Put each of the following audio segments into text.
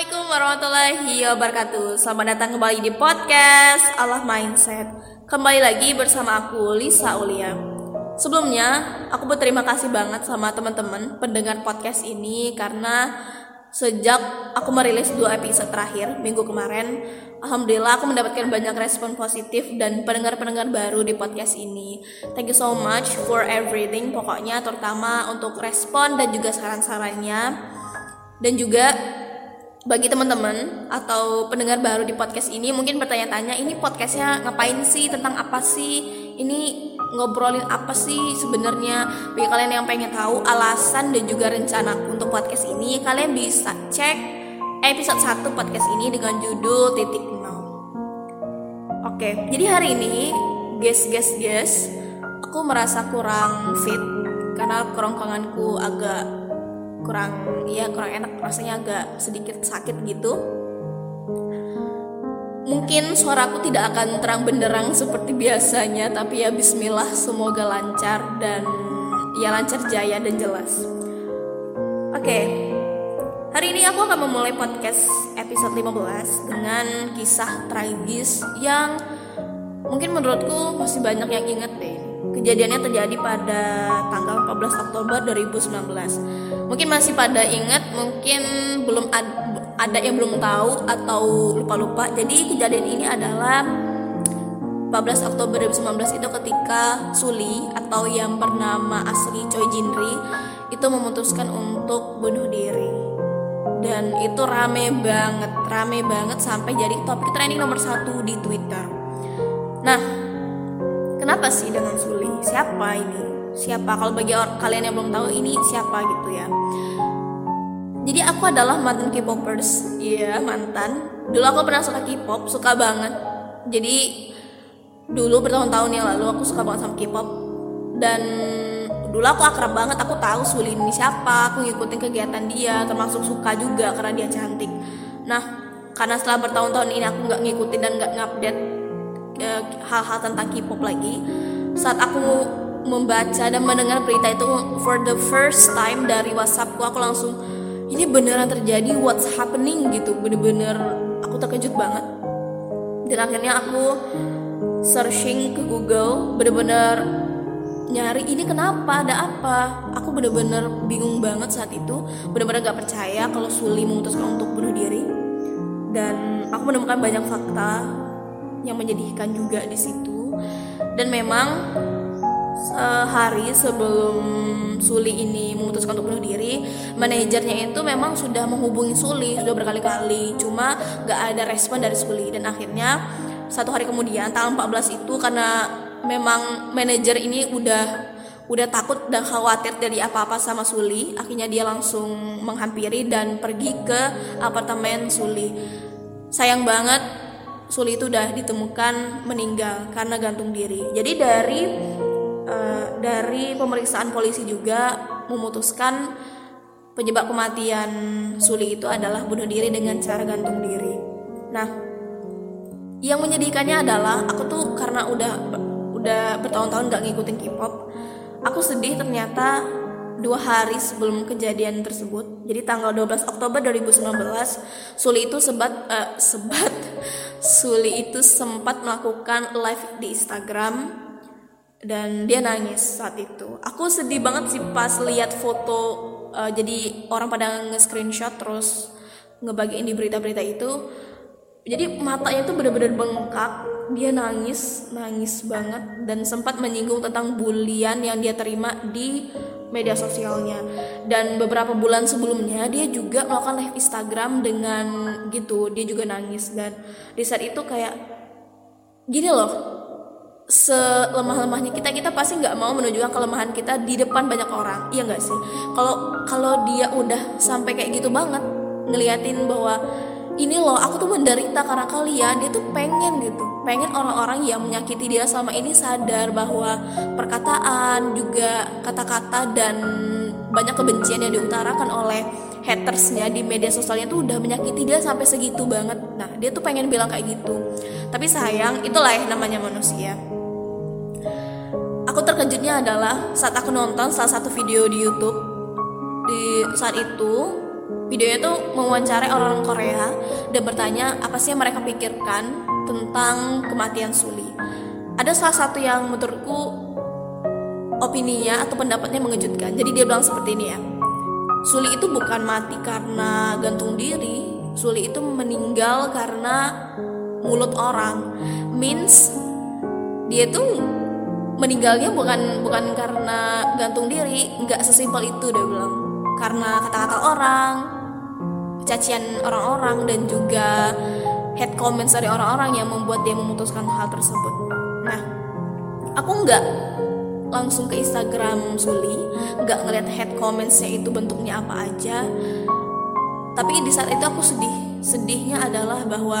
Assalamualaikum warahmatullahi wabarakatuh. Selamat datang kembali di podcast Allah Mindset. Kembali lagi bersama aku Lisa Ulia. Sebelumnya aku berterima kasih banget sama teman-teman pendengar podcast ini karena sejak aku merilis 2 episode terakhir minggu kemarin, alhamdulillah aku mendapatkan banyak respon positif dan pendengar-pendengar baru di podcast ini. Thank you so much for everything, pokoknya terutama untuk respon dan juga saran-sarannya. Dan juga bagi teman-teman atau pendengar baru di podcast ini mungkin bertanya-tanya, ini podcastnya ngapain sih, tentang apa sih, ini ngobrolin apa sih sebenarnya. Bagi kalian yang pengen tahu alasan dan juga rencana untuk podcast ini, kalian bisa cek episode 1 podcast ini dengan judul Titik Nol. Oke, jadi hari ini guys, aku merasa kurang fit karena kerongkonganku agak kurang enak, rasanya agak sedikit sakit gitu. Mungkin suaraku tidak akan terang benderang seperti biasanya, tapi ya bismillah, semoga lancar dan ya lancar jaya dan jelas. Oke, hari ini aku akan memulai podcast episode 15 dengan kisah tragis yang mungkin menurutku masih banyak yang inget deh. Kejadiannya terjadi pada tanggal 14 Oktober 2019. Mungkin masih pada ingat, mungkin belum ada yang belum tahu atau lupa-lupa. Jadi kejadian ini adalah 14 Oktober 2019 itu ketika Suli atau yang bernama asli Choi Jinri itu memutuskan untuk bunuh diri. Dan itu rame banget sampai jadi topik trending nomor 1 di Twitter. Nah, kenapa sih dengan Suli? Siapa ini? Siapa? Kalau bagi kalian yang belum tahu ini siapa gitu ya. Jadi aku adalah mantan K-popers. Iya, mantan. Dulu aku pernah suka K-pop, suka banget. Jadi dulu bertahun-tahun yang lalu aku suka banget sama K-pop. Dan dulu aku akrab banget, aku tahu Suli ini siapa, aku ngikutin kegiatan dia, termasuk suka juga karena dia cantik. Nah, karena setelah bertahun-tahun ini aku gak ngikutin dan gak ngupdate hal-hal tentang K-pop lagi, saat aku membaca dan mendengar berita itu for the first time dari WhatsAppku, aku langsung, ini beneran terjadi, what's happening gitu. Bener-bener aku terkejut banget. Dan akhirnya aku searching ke Google, bener-bener nyari ini kenapa, ada apa. Aku bener-bener bingung banget saat itu, bener-bener gak percaya kalau Suli memutuskan untuk bunuh diri. Dan aku menemukan banyak fakta yang menyedihkan juga di situ. Dan memang sehari sebelum Suli ini memutuskan untuk bunuh diri, manajernya itu memang sudah menghubungi Suli sudah berkali-kali, cuma gak ada respon dari Suli. Dan akhirnya 1 hari kemudian tanggal 14 itu, karena memang manajer ini udah takut dan khawatir dari apa-apa sama Suli, akhirnya dia langsung menghampiri dan pergi ke apartemen Suli. Sayang banget, Suli itu udah ditemukan meninggal karena gantung diri. Jadi dari pemeriksaan polisi juga memutuskan penyebab kematian Suli itu adalah bunuh diri dengan cara gantung diri. Nah, yang menyedihkannya adalah aku tuh karena udah bertahun-tahun gak ngikutin K-pop, aku sedih ternyata 2 hari sebelum kejadian tersebut. Jadi tanggal 12 Oktober 2019 Suli itu sempat melakukan live di Instagram dan dia nangis saat itu. Aku sedih banget sih pas lihat foto, jadi orang pada nge-screenshot terus ngebagiin di berita-berita itu. Jadi matanya itu benar-benar bengkak, dia nangis banget dan sempat menyinggung tentang bulian yang dia terima di media sosialnya. Dan beberapa bulan sebelumnya dia juga melakukan live Instagram dengan gitu, dia juga nangis. Dan di saat itu kayak gini loh, selemah-lemahnya kita pasti nggak mau menunjukkan kelemahan kita di depan banyak orang, iya nggak sih? Kalau dia udah sampai kayak gitu banget ngeliatin bahwa ini loh, aku tuh menderita karena kalian, dia tuh pengen orang-orang yang menyakiti dia selama ini sadar bahwa perkataan juga kata-kata dan banyak kebencian yang diutarakan oleh hatersnya di media sosialnya tuh udah menyakiti dia sampai segitu banget. Nah, dia tuh pengen bilang kayak gitu, tapi sayang, itulah ya namanya manusia. Aku terkejutnya adalah saat aku nonton salah satu video di YouTube. Di saat itu Videonya tuh mewawancarai orang-orang Korea dan bertanya apa sih yang mereka pikirkan tentang kematian Suli. Ada salah satu yang menurutku opininya atau pendapatnya mengejutkan. Jadi dia bilang seperti ini ya. Suli itu bukan mati karena gantung diri. Suli itu meninggal karena mulut orang. Means dia tuh meninggalnya bukan karena gantung diri, nggak sesimpel itu dia bilang. Karena kata-kata orang, cacian orang-orang, dan juga head comments dari orang-orang yang membuat dia memutuskan hal tersebut. Nah, aku nggak langsung ke Instagram Suli, nggak ngeliat head commentsnya itu bentuknya apa aja. Tapi di saat itu aku sedih. Sedihnya adalah bahwa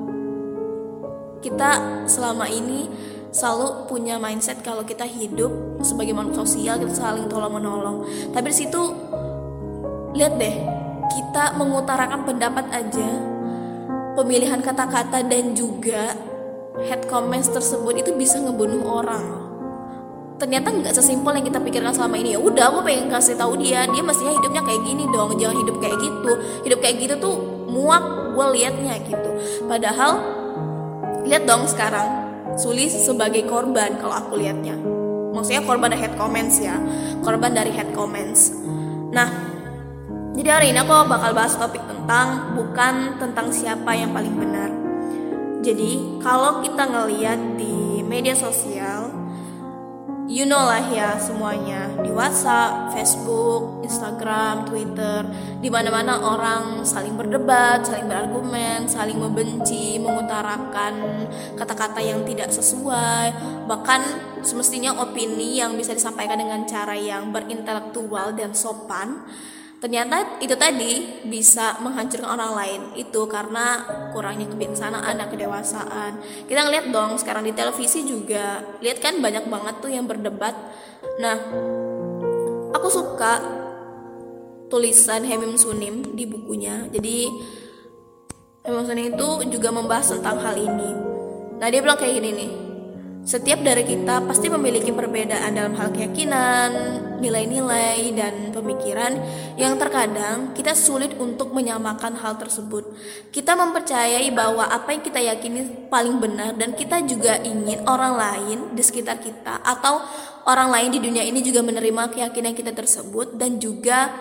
kita selama ini selalu punya mindset kalau kita hidup sebagai makhluk sosial, kita saling tolong menolong. Tapi di situ lihat deh, kita mengutarakan pendapat aja, pemilihan kata-kata dan juga head comments tersebut itu bisa ngebunuh orang. Ternyata nggak sesimpel yang kita pikirkan selama ini. Ya udah, aku pengen kasih tahu dia mestinya hidupnya kayak gini dong, jangan hidup kayak gitu. Hidup kayak gitu tuh muak gue liatnya gitu. Padahal lihat dong sekarang Suli sebagai korban kalau aku liatnya. Maksudnya korban dari head comments ya, korban dari head comments. Nah, jadi hari ini aku bakal bahas topik bukan tentang siapa yang paling benar. Jadi kalau kita ngeliat di media sosial, you know lah ya semuanya, di WhatsApp, Facebook, Instagram, Twitter, di mana-mana orang saling berdebat, saling berargumen, saling membenci, mengutarakan kata-kata yang tidak sesuai, bahkan semestinya opini yang bisa disampaikan dengan cara yang berintelektual dan sopan. Ternyata itu tadi bisa menghancurkan orang lain. Itu karena kurangnya kebijaksanaan dan kedewasaan. Kita ngeliat dong sekarang di televisi juga, lihat kan banyak banget tuh yang berdebat. Nah, aku suka tulisan Hemim Sunim di bukunya. Jadi Hemim Sunim itu juga membahas tentang hal ini. Nah, dia bilang kayak gini nih. Setiap dari kita pasti memiliki perbedaan dalam hal keyakinan, nilai-nilai, dan pemikiran yang terkadang kita sulit untuk menyamakan hal tersebut. Kita mempercayai bahwa apa yang kita yakini paling benar, dan kita juga ingin orang lain di sekitar kita atau orang lain di dunia ini juga menerima keyakinan kita tersebut dan juga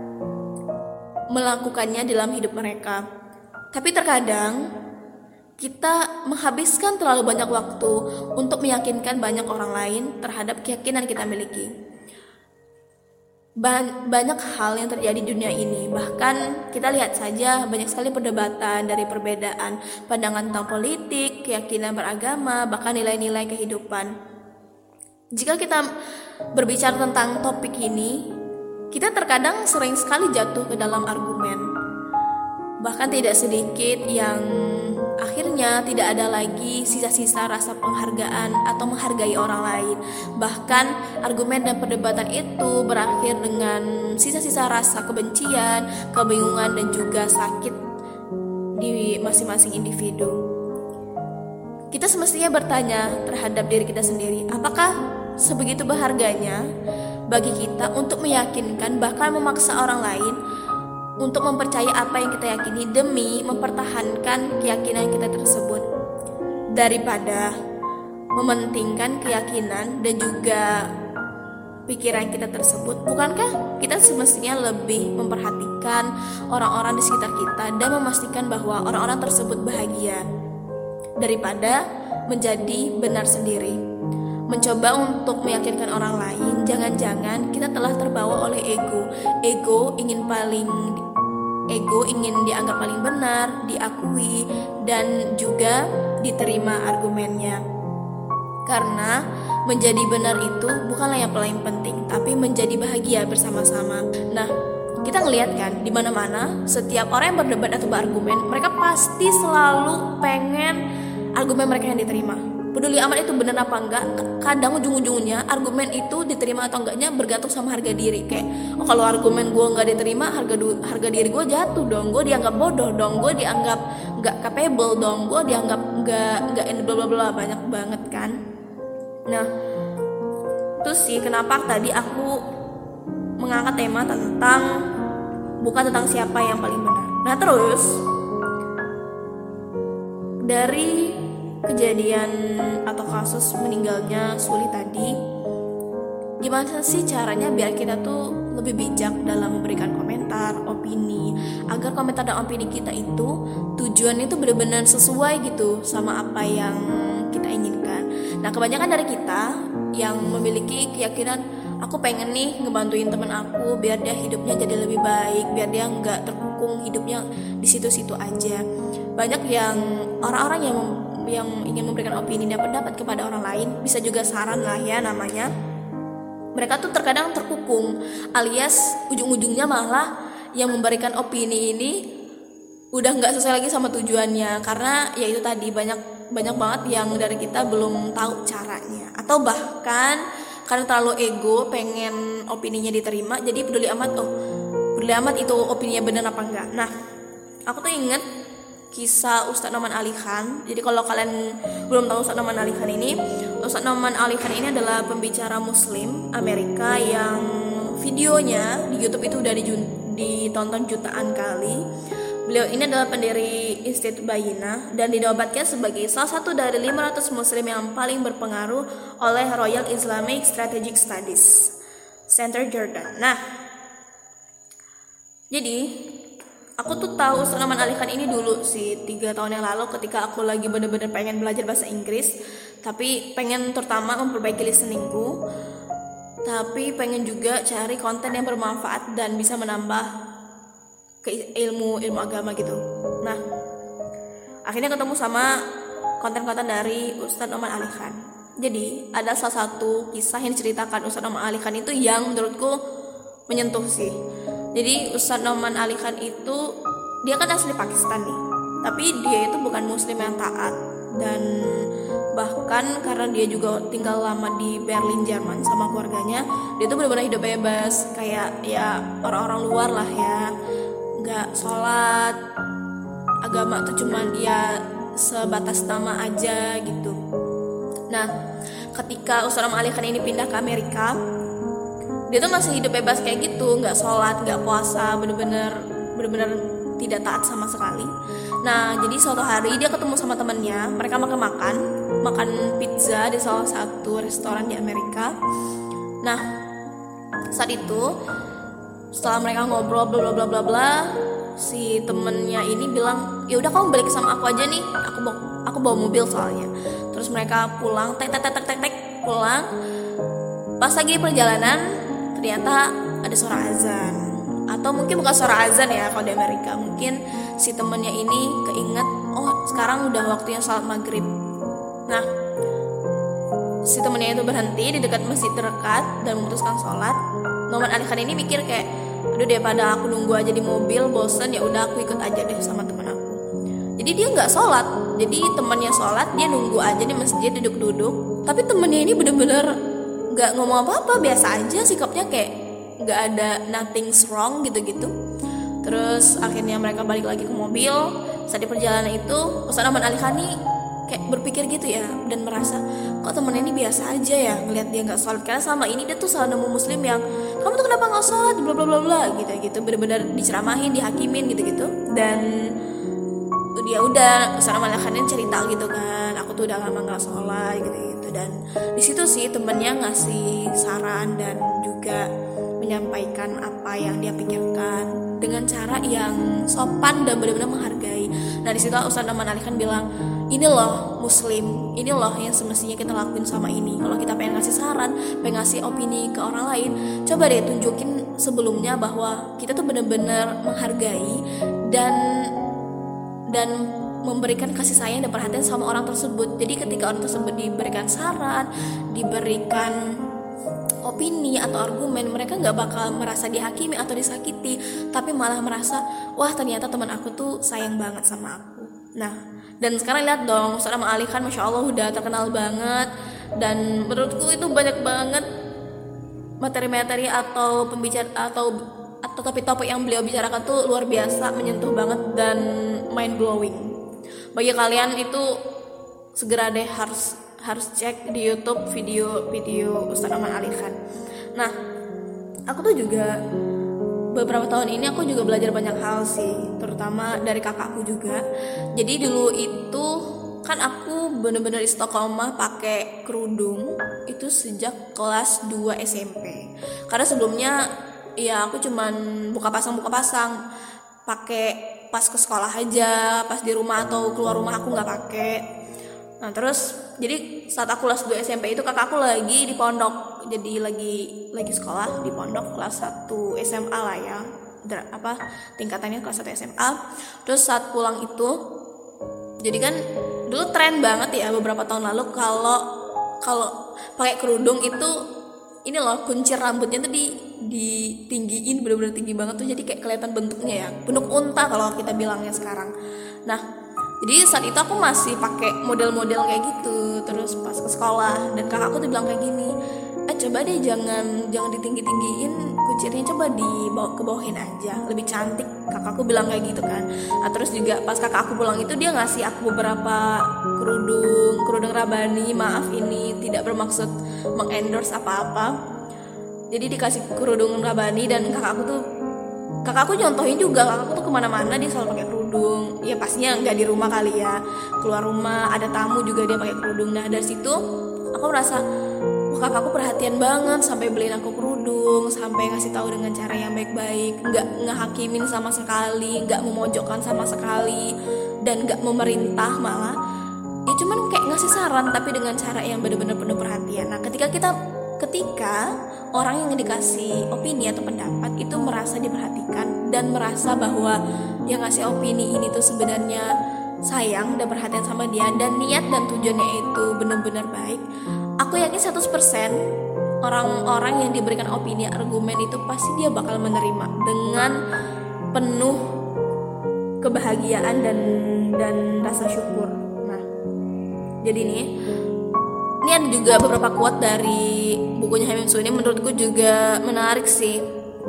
melakukannya dalam hidup mereka. Tapi terkadang kita menghabiskan terlalu banyak waktu untuk meyakinkan banyak orang lain terhadap keyakinan kita miliki. Banyak hal yang terjadi di dunia ini. Bahkan kita lihat saja banyak sekali perdebatan dari perbedaan pandangan tentang politik, keyakinan beragama, bahkan nilai-nilai kehidupan. Jika kita berbicara tentang topik ini, kita terkadang sering sekali jatuh ke dalam argumen. Bahkan tidak sedikit yang akhirnya tidak ada lagi sisa-sisa rasa penghargaan atau menghargai orang lain. Bahkan argumen dan perdebatan itu berakhir dengan sisa-sisa rasa kebencian, kebingungan, dan juga sakit di masing-masing individu. Kita semestinya bertanya terhadap diri kita sendiri, apakah sebegitu berharganya bagi kita untuk meyakinkan bahkan memaksa orang lain untuk mempercayai apa yang kita yakini demi mempertahankan keyakinan kita tersebut, daripada mementingkan keyakinan dan juga pikiran kita tersebut. Bukankah kita semestinya lebih memperhatikan orang-orang di sekitar kita dan memastikan bahwa orang-orang tersebut bahagia daripada menjadi benar sendiri? Mencoba untuk meyakinkan orang lain, jangan-jangan kita telah terbawa oleh ego ingin dianggap paling benar, diakui, dan juga diterima argumennya. Karena menjadi benar itu bukanlah yang paling penting, tapi menjadi bahagia bersama-sama. Nah, kita ngelihat kan di mana-mana setiap orang yang berdebat atau berargumen, mereka pasti selalu pengen argumen mereka yang diterima. Peduli amat itu benar apa enggak, kadang ujung-ujungnya argumen itu diterima atau enggaknya bergantung sama harga diri. Kayak, oh kalau argumen gue nggak diterima, harga diri gue jatuh dong, gue dianggap bodoh dong, gue dianggap nggak capable dong, gue dianggap nggak bla bla bla, banyak banget kan. Nah, itu sih kenapa tadi aku mengangkat tema tentang bukan tentang siapa yang paling benar. Nah terus dari kejadian atau kasus meninggalnya Suli tadi, gimana sih caranya biar kita tuh lebih bijak dalam memberikan komentar, opini, agar komentar dan opini kita itu tujuannya itu benar-benar sesuai gitu sama apa yang kita inginkan. Nah kebanyakan dari kita yang memiliki keyakinan, aku pengen nih ngebantuin teman aku biar dia hidupnya jadi lebih baik, biar dia nggak terkungkung hidupnya di situ-situ aja. Banyak yang orang-orang yang ingin memberikan opini dan pendapat kepada orang lain, bisa juga saran lah ya namanya. Mereka tuh terkadang terkukung, alias ujung-ujungnya malah yang memberikan opini ini udah nggak sesuai lagi sama tujuannya, karena ya itu tadi banyak banget yang dari kita belum tahu caranya, atau bahkan karena terlalu ego pengen opininya diterima, jadi peduli amat itu opininya benar apa enggak. Nah aku tuh inget kisah Ustadz Noman Ali Khan. Jadi kalau kalian belum tahu Ustadz Noman Ali Khan ini, Ustadz Noman Ali Khan ini adalah pembicara Muslim Amerika yang videonya di YouTube itu udah ditonton jutaan kali. Beliau ini adalah pendiri Institut Bayina dan dinobatkan sebagai salah satu dari 500 Muslim yang paling berpengaruh oleh Royal Islamic Strategic Studies Center Jordan. Nah, jadi aku tuh tahu Ustadz Noman Ali Khan ini dulu sih 3 tahun yang lalu ketika aku lagi bener-bener pengen belajar bahasa Inggris, tapi pengen terutama memperbaiki listeningku, tapi pengen juga cari konten yang bermanfaat dan bisa menambah ke ilmu agama gitu. Nah akhirnya ketemu sama konten-konten dari Ustadz Noman Ali Khan. Jadi ada salah satu kisah yang diceritakan Ustadz Noman Ali Khan itu yang menurutku menyentuh sih. Jadi Ustadz Noman Ali Khan itu dia kan asli Pakistan nih, tapi dia itu bukan muslim yang taat, dan bahkan karena dia juga tinggal lama di Berlin Jerman sama keluarganya, dia tuh benar-benar hidup bebas kayak ya orang-orang luar lah ya, nggak sholat, agama tuh cuman ya sebatas nama aja gitu. Nah ketika Ustadz Noman Ali Khan ini pindah ke Amerika, dia tuh masih hidup bebas kayak gitu, nggak sholat, nggak puasa, bener-bener tidak taat sama sekali. Nah jadi suatu hari dia ketemu sama temannya, mereka makan pizza di salah satu restoran di Amerika. Nah saat itu setelah mereka ngobrol bla bla bla bla, si temennya ini bilang, ya udah kamu balik sama aku aja nih, aku bawa mobil soalnya. Terus mereka pulang, tek pulang. Pas lagi di perjalanan ternyata ada suara azan, atau mungkin bukan suara azan ya kalau di Amerika, mungkin si temennya ini keinget, oh sekarang udah waktunya sholat maghrib. Nah si temennya itu berhenti di dekat masjid terdekat dan memutuskan sholat. Noman Ali Khan ini mikir kayak, aduh daripada aku nunggu aja di mobil bosen, ya udah aku ikut aja deh sama temen aku. Jadi dia nggak sholat, jadi temennya sholat, dia nunggu aja di masjid duduk-duduk. Tapi temennya ini bener-bener nggak ngomong apa-apa, biasa aja sikapnya, kayak nggak ada nothing's wrong gitu-gitu. Terus akhirnya mereka balik lagi ke mobil. Saat di perjalanan itu Ustadz Noman Ali Khan kayak berpikir gitu ya, dan merasa kok temennya ini biasa aja ya ngelihat dia nggak sholat, karena selama ini dia tuh selalu nemu muslim yang kamu tuh kenapa nggak sholat bla bla bla bla gitu bener-bener diceramahin, dihakimin gitu. Dan dia udah Ustadz Noman Ali Khan cerita gitu kan, aku tuh udah lama nggak sholat gitu. Dan di situ sih temennya ngasih saran dan juga menyampaikan apa yang dia pikirkan dengan cara yang sopan dan benar-benar menghargai. Nah di situ Ustadz Noman Ali Khan bilang, ini loh muslim, ini loh yang semestinya kita lakuin sama ini. Kalau kita pengen ngasih saran, pengen ngasih opini ke orang lain, coba deh tunjukin sebelumnya bahwa kita tuh benar-benar menghargai dan memberikan kasih sayang dan perhatian sama orang tersebut. Jadi ketika orang tersebut diberikan saran, diberikan opini atau argumen, mereka nggak bakal merasa dihakimi atau disakiti, tapi malah merasa, wah ternyata teman aku tuh sayang banget sama aku. Nah dan sekarang lihat dong, Ustadz Noman Ali Khan Masya Allah udah terkenal banget, dan menurutku itu banyak banget materi-materi atau pembicara atau topik-topik yang beliau bicarakan tuh luar biasa, menyentuh banget dan mind blowing. Bagi kalian itu segera deh harus cek di YouTube video Ustadz Noman Ali Khan. Nah aku tuh juga beberapa tahun ini aku juga belajar banyak hal sih, terutama dari kakakku juga. Jadi dulu itu kan aku bener-bener istiqomah pakai kerudung itu sejak kelas 2 SMP. Karena sebelumnya ya aku cuman buka pasang pakai pas ke sekolah aja, pas di rumah atau keluar rumah aku nggak pakai. Nah terus jadi saat aku kelas 2 SMP itu kakakku lagi di pondok, jadi lagi sekolah di pondok kelas 1 SMA lah ya, tingkatannya kelas 1 SMA. Terus saat pulang itu, jadi kan dulu tren banget ya beberapa tahun lalu kalau pakai kerudung itu ini loh, kuncir rambutnya tuh ditinggiin, bener-bener tinggi banget tuh, jadi kayak kelihatan bentuknya ya, bentuk unta kalau kita bilangnya sekarang. Nah jadi saat itu aku masih pakai model-model kayak gitu. Terus pas ke sekolah dan kakakku tuh bilang kayak gini, coba deh jangan ditinggi-tinggiin kuncirnya, coba dibawa ke bawahin aja, lebih cantik. Kakakku bilang kayak gitu kan. Nah, terus juga pas kakak aku pulang itu dia ngasih aku beberapa kerudung Rabbani. Maaf ini tidak bermaksud mengendorse apa-apa. Jadi dikasih kerudung Rabbani dan kakakku nyontohin juga. Kakakku tuh kemana-mana dia selalu pakai kerudung. Ya pastinya nggak di rumah kali ya, keluar rumah ada tamu juga dia pakai kerudung. Nah dari situ aku merasa kakakku perhatian banget, sampai beliin aku kerudung, sampai ngasih tahu dengan cara yang baik-baik, nggak ngehakimin sama sekali, nggak memojokkan sama sekali, dan nggak memerintah malah. Ya cuman kayak ngasih saran tapi dengan cara yang benar-benar penuh perhatian. Nah ketika orang yang dikasih opini atau pendapat itu merasa diperhatikan dan merasa bahwa yang ngasih opini ini tuh sebenarnya sayang dan perhatian sama dia, dan niat dan tujuannya itu benar-benar baik, aku yakin 100% orang-orang yang diberikan opini argumen itu pasti dia bakal menerima dengan penuh kebahagiaan dan rasa syukur. Nah jadi ini ada juga beberapa quote dari bukunya Haemin Sunim, menurutku juga menarik sih.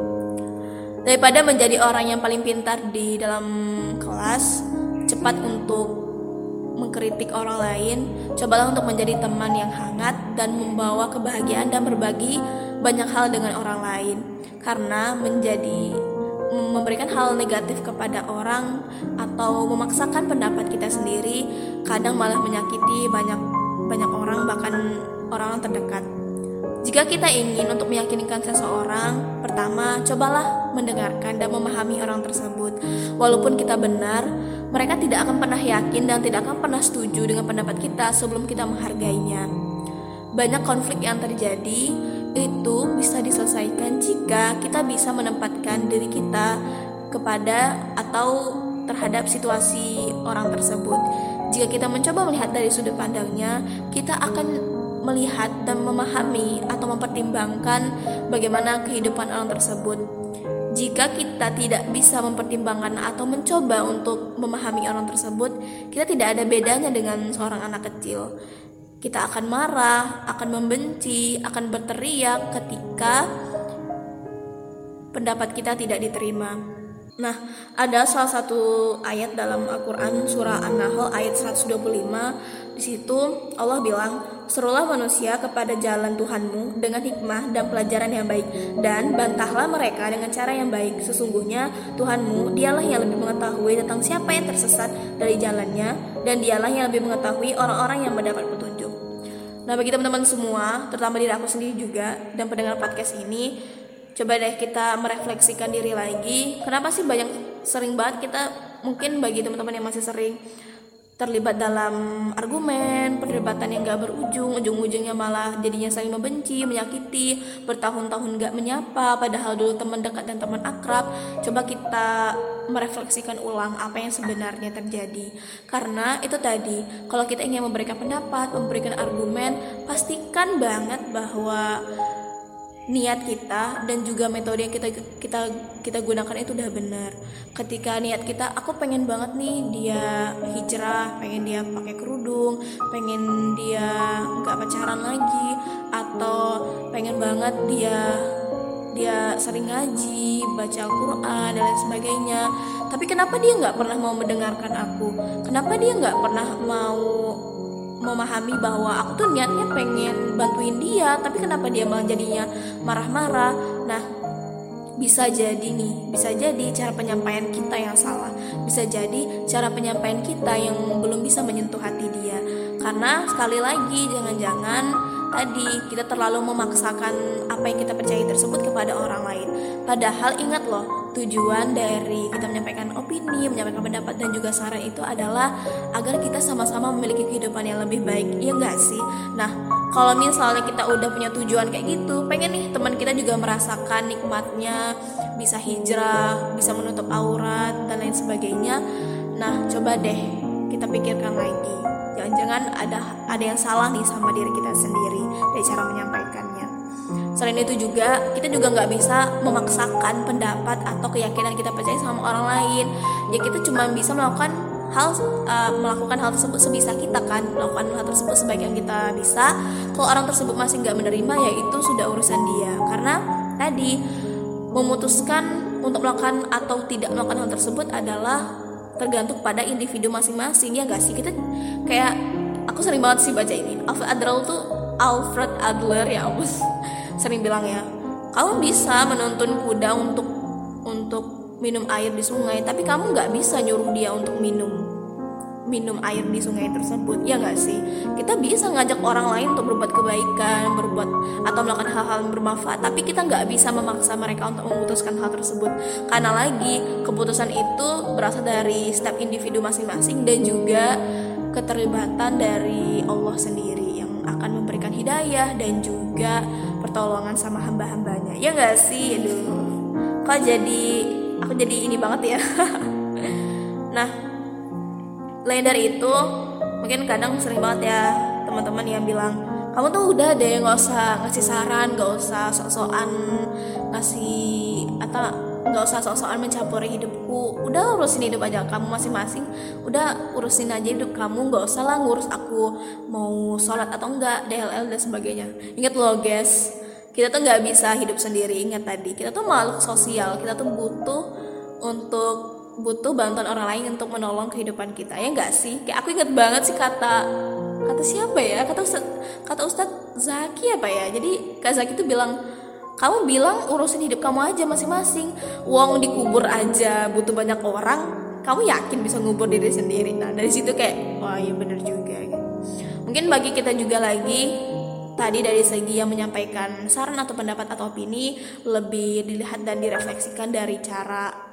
Daripada menjadi orang yang paling pintar di dalam kelas, cepat untuk mengkritik orang lain, cobalah untuk menjadi teman yang hangat dan membawa kebahagiaan dan berbagi banyak hal dengan orang lain. Karena memberikan hal negatif kepada orang atau memaksakan pendapat kita sendiri kadang malah menyakiti banyak orang, bahkan orang terdekat. Jika kita ingin untuk meyakinkan seseorang, pertama cobalah mendengarkan dan memahami orang tersebut. Walaupun kita benar, mereka tidak akan pernah yakin dan tidak akan pernah setuju dengan pendapat kita sebelum kita menghargainya. Banyak konflik yang terjadi itu bisa diselesaikan jika kita bisa menempatkan diri kita kepada atau terhadap situasi orang tersebut. Jika kita mencoba melihat dari sudut pandangnya, kita akan melihat dan memahami atau mempertimbangkan bagaimana kehidupan orang tersebut. Jika kita tidak bisa mempertimbangkan atau mencoba untuk memahami orang tersebut, kita tidak ada bedanya dengan seorang anak kecil. Kita akan marah, akan membenci, akan berteriak ketika pendapat kita tidak diterima. Nah, ada salah satu ayat dalam Al-Quran surah An-Nahl ayat 125. Di situ Allah bilang, serulah manusia kepada jalan Tuhanmu dengan hikmah dan pelajaran yang baik, dan bantahlah mereka dengan cara yang baik. Sesungguhnya Tuhanmu dialah yang lebih mengetahui tentang siapa yang tersesat dari jalannya, dan dialah yang lebih mengetahui orang-orang yang mendapat petunjuk. Nah bagi teman-teman semua, terutama diri aku sendiri juga dan pendengar podcast ini, coba deh kita merefleksikan diri lagi. Kenapa sih sering banget kita, mungkin bagi teman-teman yang masih sering terlibat dalam argumen, perdebatan yang gak berujung, ujung-ujungnya malah jadinya saling membenci, menyakiti, bertahun-tahun gak menyapa, padahal dulu teman dekat dan teman akrab. Coba kita merefleksikan ulang apa yang sebenarnya terjadi. Karena itu tadi, kalau kita ingin memberikan pendapat, memberikan argumen, pastikan banget bahwa niat kita dan juga metode yang kita gunakan itu udah benar. Ketika niat kita, aku pengen banget nih dia hijrah, pengen dia pakai kerudung, pengen dia nggak pacaran lagi, atau pengen banget dia sering ngaji, baca Al-Quran dan lain sebagainya. Tapi kenapa dia nggak pernah mau mendengarkan aku? Kenapa dia nggak pernah mau memahami bahwa aku tuh niatnya pengen bantuin dia, tapi kenapa dia malah jadinya marah-marah? Nah, bisa jadi cara penyampaian kita yang salah, bisa jadi cara penyampaian kita yang belum bisa menyentuh hati dia. Karena sekali lagi, jangan-jangan tadi kita terlalu memaksakan apa yang kita percaya tersebut kepada orang lain. Padahal ingat loh, tujuan dari kita menyampaikan opini, menyampaikan pendapat dan juga saran itu adalah agar kita sama-sama memiliki kehidupan yang lebih baik, iya gak sih? Nah, kalau misalnya kita udah punya tujuan kayak gitu, pengen nih teman kita juga merasakan nikmatnya, bisa hijrah, bisa menutup aurat dan lain sebagainya. Nah, coba deh kita pikirkan lagi, jangan-jangan ada yang salah nih sama diri kita sendiri dari cara menyampaikannya. Selain itu juga, kita juga nggak bisa memaksakan pendapat atau keyakinan kita percaya sama orang lain. Ya kita cuma bisa melakukan hal tersebut sebisa kita kan, melakukan hal tersebut sebaik yang kita bisa. Kalau orang tersebut masih nggak menerima, ya itu sudah urusan dia. Karena tadi memutuskan untuk melakukan atau tidak melakukan hal tersebut adalah tergantung pada individu masing-masing, ya nggak sih? Kita kayak, aku sering banget sih baca ini, Alfred Adler ya ampun, sering bilang ya, kamu bisa menuntun kuda untuk minum air di sungai, tapi kamu nggak bisa nyuruh dia untuk minum air di sungai tersebut, ya nggak sih? Kita bisa ngajak orang lain untuk berbuat kebaikan, atau melakukan hal-hal yang bermanfaat, tapi kita nggak bisa memaksa mereka untuk memutuskan hal tersebut. Karena lagi, keputusan itu berasal dari setiap individu masing-masing dan juga keterlibatan dari Allah sendiri yang akan memberikan hidayah dan juga pertolongan sama hamba-hambanya, ya nggak sih? Aduh, kok aku jadi ini banget ya. Nah, lain dari itu, mungkin kadang sering banget ya teman-teman yang bilang, kamu tuh udah deh nggak usah ngasih saran, nggak usah sok-sokan mencampuri hidupku, udah urusin hidup aja kamu masing-masing, udah urusin aja hidup kamu, nggak usah lah ngurus aku mau sholat atau enggak, DLL dan sebagainya. Ingat loh guys, kita tuh nggak bisa hidup sendiri. Ingat tadi, kita tuh makhluk sosial, kita tuh butuh bantuan orang lain untuk menolong kehidupan kita, ya nggak sih? Kayak aku ingat banget sih kata siapa ya, kata Ustadz Zaki apa ya. Jadi Kak Zaki tuh bilang, kamu bilang urusin hidup kamu aja masing-masing, uang dikubur aja butuh banyak orang, kamu yakin bisa ngubur diri sendiri? Nah dari situ kayak, wah iya bener juga gitu. Mungkin bagi kita juga lagi, tadi dari segi yang menyampaikan saran atau pendapat atau opini, lebih dilihat dan direfleksikan dari cara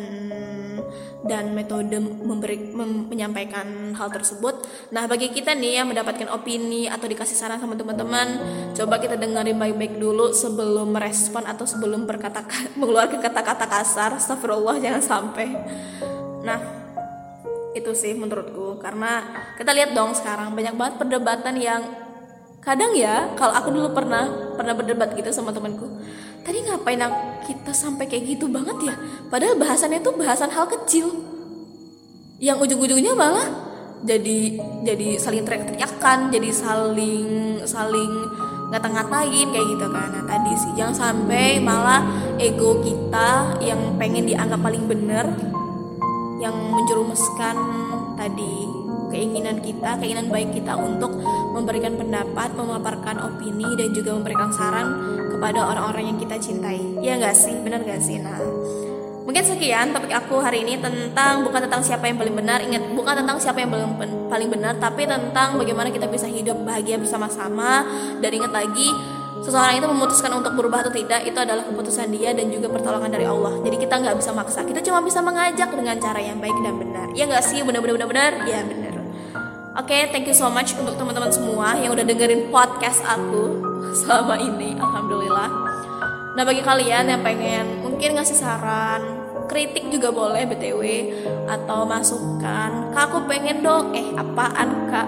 dan metode menyampaikan hal tersebut. Nah bagi kita nih yang mendapatkan opini atau dikasih saran sama teman-teman, coba kita dengerin baik-baik dulu sebelum merespon atau sebelum mengeluarkan kata-kata kasar. Astagfirullah, jangan sampai. Nah itu sih menurutku, karena kita lihat dong sekarang banyak banget perdebatan yang kadang ya, kalau aku dulu pernah berdebat gitu sama temanku, tadi ngapain kita sampai kayak gitu banget ya, padahal bahasannya tuh bahasan hal kecil yang ujung-ujungnya malah jadi saling teriak-teriakan, jadi saling ngata-ngatain kayak gitu kan. Nah tadi sih jangan sampai malah ego kita yang pengen dianggap paling bener yang menjerumuskan tadi keinginan baik kita untuk memberikan pendapat, memaparkan opini dan juga memberikan saran kepada orang-orang yang kita cintai. Ya nggak sih, benar nggak sih? Nah, mungkin sekian topik aku hari ini bukan tentang siapa yang paling benar. Ingat, bukan tentang siapa yang paling benar, tapi tentang bagaimana kita bisa hidup bahagia bersama-sama. Dan ingat lagi, seseorang itu memutuskan untuk berubah atau tidak, itu adalah keputusan dia dan juga pertolongan dari Allah. Jadi kita nggak bisa maksa, kita cuma bisa mengajak dengan cara yang baik dan benar. Ya nggak sih, benar? Ya benar. Oke, thank you so much untuk teman-teman semua yang udah dengerin podcast aku selama ini, alhamdulillah. Nah bagi kalian yang pengen mungkin ngasih saran, kritik juga boleh BTW, atau masukan, Kak aku pengen dong, apaan Kak?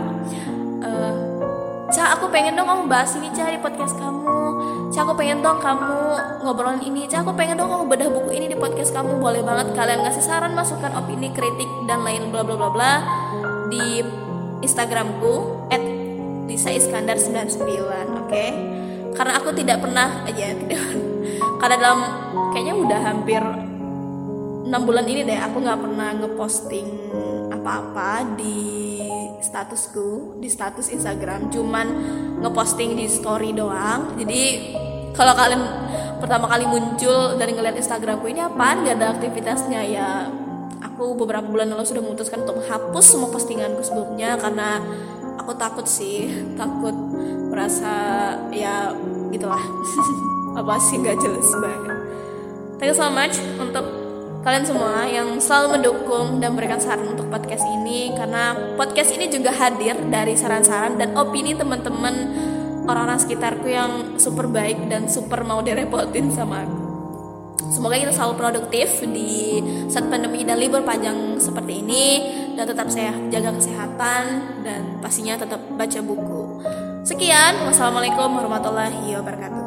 Cak aku pengen dong kamu bahas ini Cak di podcast kamu, Cak aku pengen dong kamu ngobrolin ini, Cak aku pengen dong kamu bedah buku ini di podcast kamu. Boleh banget kalian ngasih saran, masukan, opini, kritik dan lain bla bla bla bla di Instagramku @lisaiskandar99, oke? Karena aku tidak pernah karena dalam kayaknya udah hampir 6 bulan ini deh aku nggak pernah ngeposting apa-apa di status Instagram, cuman ngeposting di story doang. Jadi kalau kalian pertama kali muncul dan ngeliat Instagramku, ini apaan gak ada aktivitasnya ya. Aku beberapa bulan lalu sudah memutuskan untuk menghapus semua postinganku sebelumnya karena aku takut merasa ya gitulah. Apa sih, gak jelas banget. Thank you so much untuk kalian semua yang selalu mendukung dan memberikan saran untuk podcast ini, karena podcast ini juga hadir dari saran-saran dan opini teman-teman orang-orang sekitarku yang super baik dan super mau direpotin sama aku. Semoga kita selalu produktif di saat pandemi dan libur panjang seperti ini, dan tetap jaga kesehatan dan pastinya tetap baca buku. Sekian, wassalamualaikum warahmatullahi wabarakatuh.